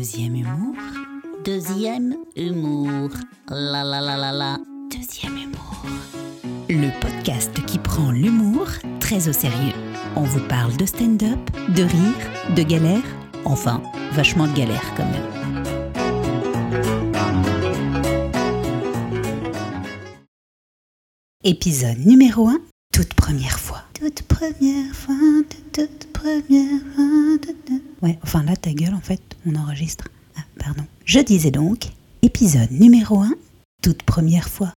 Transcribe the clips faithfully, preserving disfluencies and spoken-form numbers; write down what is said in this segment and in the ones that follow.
Deuxième humour. Deuxième humour. La la la la la. Deuxième humour. Le podcast qui prend l'humour très au sérieux. On vous parle de stand-up, de rire, de galère. Enfin, vachement de galère quand même. Épisode numéro un. Toute première fois. Toute première fois. Toute première fois. Toute... Ouais, enfin là, ta gueule, en fait, on enregistre. Ah, pardon. Je disais donc, épisode numéro un. Toute première fois.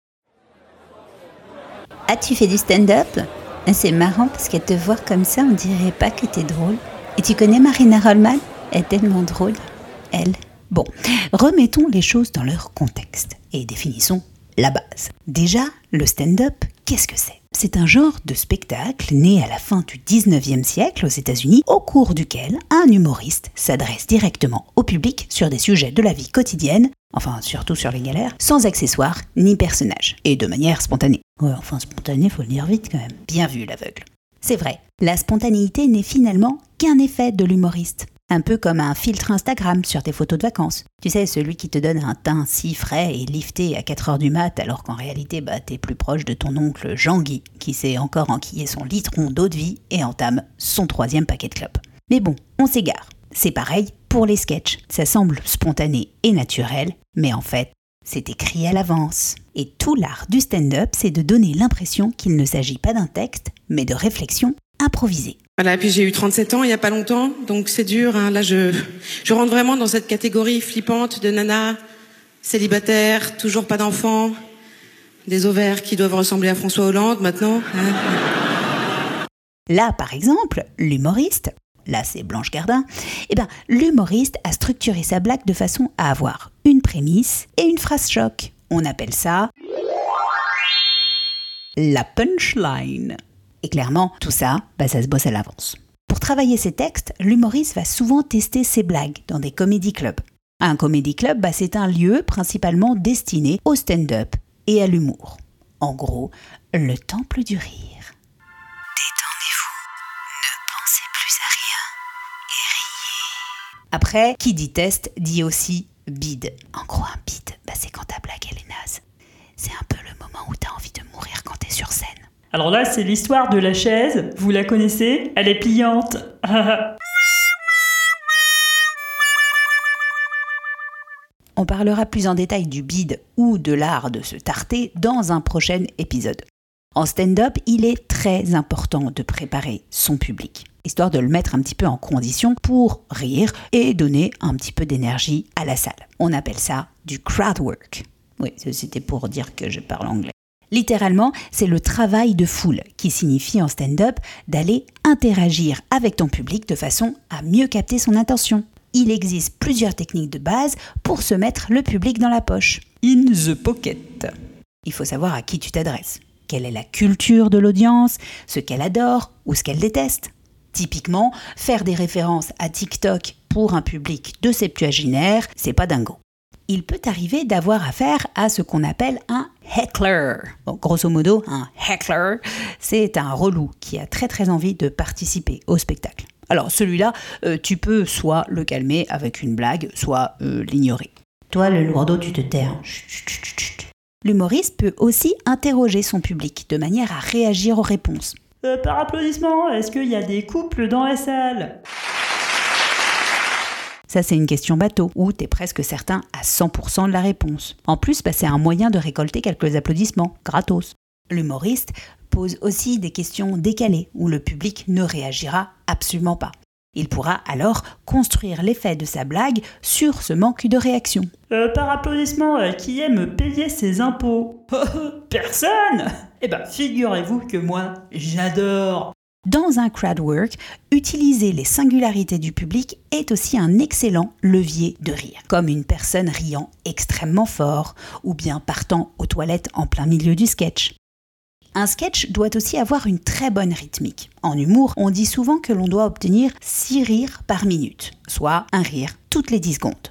Ah, tu fais du stand-up ? C'est marrant parce qu'à te voir comme ça, on dirait pas que t'es drôle. Et tu connais Marina Rollman ? Elle est tellement drôle, elle. Bon, remettons les choses dans leur contexte et définissons la base. Déjà, le stand-up, qu'est-ce que c'est ? C'est un genre de spectacle né à la fin du dix-neuvième siècle aux États-Unis, au cours duquel un humoriste s'adresse directement au public sur des sujets de la vie quotidienne, enfin surtout sur les galères, sans accessoires ni personnages, et de manière spontanée. Ouais, enfin spontanée, faut le dire vite quand même. Bien vu l'aveugle. C'est vrai, la spontanéité n'est finalement qu'un effet de l'humoriste. Un peu comme un filtre Instagram sur tes photos de vacances. Tu sais, celui qui te donne un teint si frais et lifté à quatre heures du mat, alors qu'en réalité, bah, t'es plus proche de ton oncle Jean-Guy, qui s'est encore enquillé son litron d'eau de vie et entame son troisième paquet de clopes. Mais bon, on s'égare. C'est pareil pour les sketchs. Ça semble spontané et naturel, mais en fait, c'est écrit à l'avance. Et tout l'art du stand-up, c'est de donner l'impression qu'il ne s'agit pas d'un texte, mais de réflexion improvisée. Voilà, et puis j'ai eu trente-sept ans il y a pas longtemps, donc c'est dur. Hein. Là, je, je rentre vraiment dans cette catégorie flippante de nana, célibataire, toujours pas d'enfants, des ovaires qui doivent ressembler à François Hollande maintenant. Hein. Là, par exemple, l'humoriste, là c'est Blanche Gardin, eh ben, l'humoriste a structuré sa blague de façon à avoir une prémisse et une phrase choc. On appelle ça la punchline. Et clairement, tout ça, bah, ça se bosse à l'avance. Pour travailler ses textes, l'humoriste va souvent tester ses blagues dans des comédie clubs. Un comédie club, bah, c'est un lieu principalement destiné au stand-up et à l'humour. En gros, le temple du rire. Détendez-vous, ne pensez plus à rien et riez. Après, qui dit test dit aussi bide. En gros, un bide, bah, c'est quand ta blague elle est naze. C'est un peu le moment où t'as envie de mourir quand t'es sur scène. Alors là, c'est l'histoire de la chaise. Vous la connaissez ? Elle est pliante. On parlera plus en détail du bide ou de l'art de se tarter dans un prochain épisode. En stand-up, il est très important de préparer son public, histoire de le mettre un petit peu en condition pour rire et donner un petit peu d'énergie à la salle. On appelle ça du crowd work. Oui, c'était pour dire que je parle anglais. Littéralement, c'est le travail de foule qui signifie en stand-up d'aller interagir avec ton public de façon à mieux capter son attention. Il existe plusieurs techniques de base pour se mettre le public dans la poche. In the pocket. Il faut savoir à qui tu t'adresses. Quelle est la culture de l'audience, ce qu'elle adore ou ce qu'elle déteste. Typiquement, faire des références à TikTok pour un public de septuagénaires, c'est pas dingo. Il peut arriver d'avoir affaire à ce qu'on appelle un heckler. Bon, grosso modo, un heckler, c'est un relou qui a très très envie de participer au spectacle. Alors celui-là, euh, tu peux soit le calmer avec une blague, soit euh, l'ignorer. Toi, le lourdeau, tu te tais. Hein. Chut, chut, chut, chut. L'humoriste peut aussi interroger son public de manière à réagir aux réponses. Euh, par applaudissement, est-ce qu'il y a des couples dans la salle ? Ça, c'est une question bateau, où t'es presque certain à cent pour cent de la réponse. En plus, bah, c'est un moyen de récolter quelques applaudissements, gratos. L'humoriste pose aussi des questions décalées, où le public ne réagira absolument pas. Il pourra alors construire l'effet de sa blague sur ce manque de réaction. Euh, par applaudissement, euh, qui aime payer ses impôts ? Personne ? Eh ben, figurez-vous que moi, j'adore. Dans un crowdwork, utiliser les singularités du public est aussi un excellent levier de rire, comme une personne riant extrêmement fort ou bien partant aux toilettes en plein milieu du sketch. Un sketch doit aussi avoir une très bonne rythmique. En humour, on dit souvent que l'on doit obtenir six rires par minute, soit un rire toutes les dix secondes.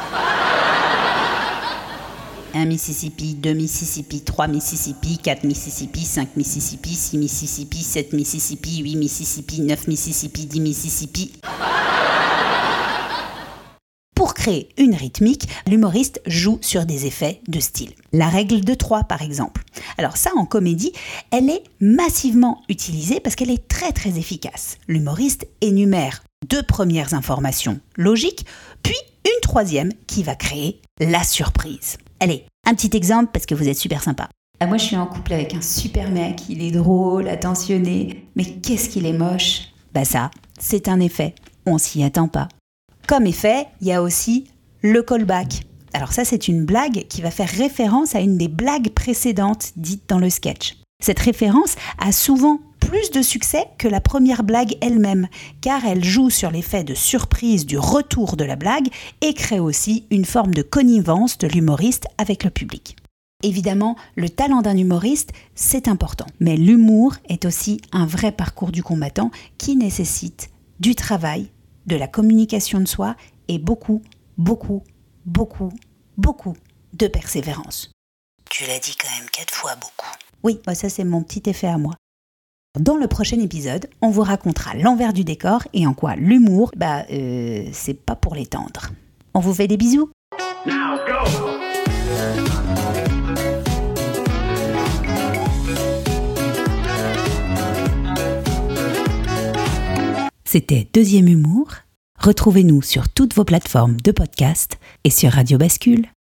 Un Mississippi, deux Mississippi, trois Mississippi, quatre Mississippi, cinq Mississippi, six Mississippi, sept Mississippi, huit Mississippi, neuf Mississippi, dix Mississippi. Pour créer une rythmique, l'humoriste joue sur des effets de style. La règle de trois, par exemple. Alors ça, en comédie, elle est massivement utilisée parce qu'elle est très très efficace. L'humoriste énumère deux premières informations logiques, puis une troisième qui va créer la surprise. Allez, un petit exemple parce que vous êtes super sympa. Ah, moi, je suis en couple avec un super mec, il est drôle, attentionné, mais qu'est-ce qu'il est moche. Bah ça, c'est un effet, on s'y attend pas. Comme effet, il y a aussi le callback. Alors ça, c'est une blague qui va faire référence à une des blagues précédentes dites dans le sketch. Cette référence a souvent plus de succès que la première blague elle-même, car elle joue sur l'effet de surprise du retour de la blague et crée aussi une forme de connivence de l'humoriste avec le public. Évidemment, le talent d'un humoriste, c'est important, mais l'humour est aussi un vrai parcours du combattant qui nécessite du travail, de la communication de soi et beaucoup, beaucoup, beaucoup, beaucoup de persévérance. Tu l'as dit quand même quatre fois beaucoup. Oui, ça c'est mon petit effet à moi. Dans le prochain épisode, on vous racontera l'envers du décor et en quoi l'humour, bah, euh, c'est pas pour les tendres. On vous fait des bisous. Now go. C'était Deuxième Humour. Retrouvez-nous sur toutes vos plateformes de podcast et sur Radio Bascule.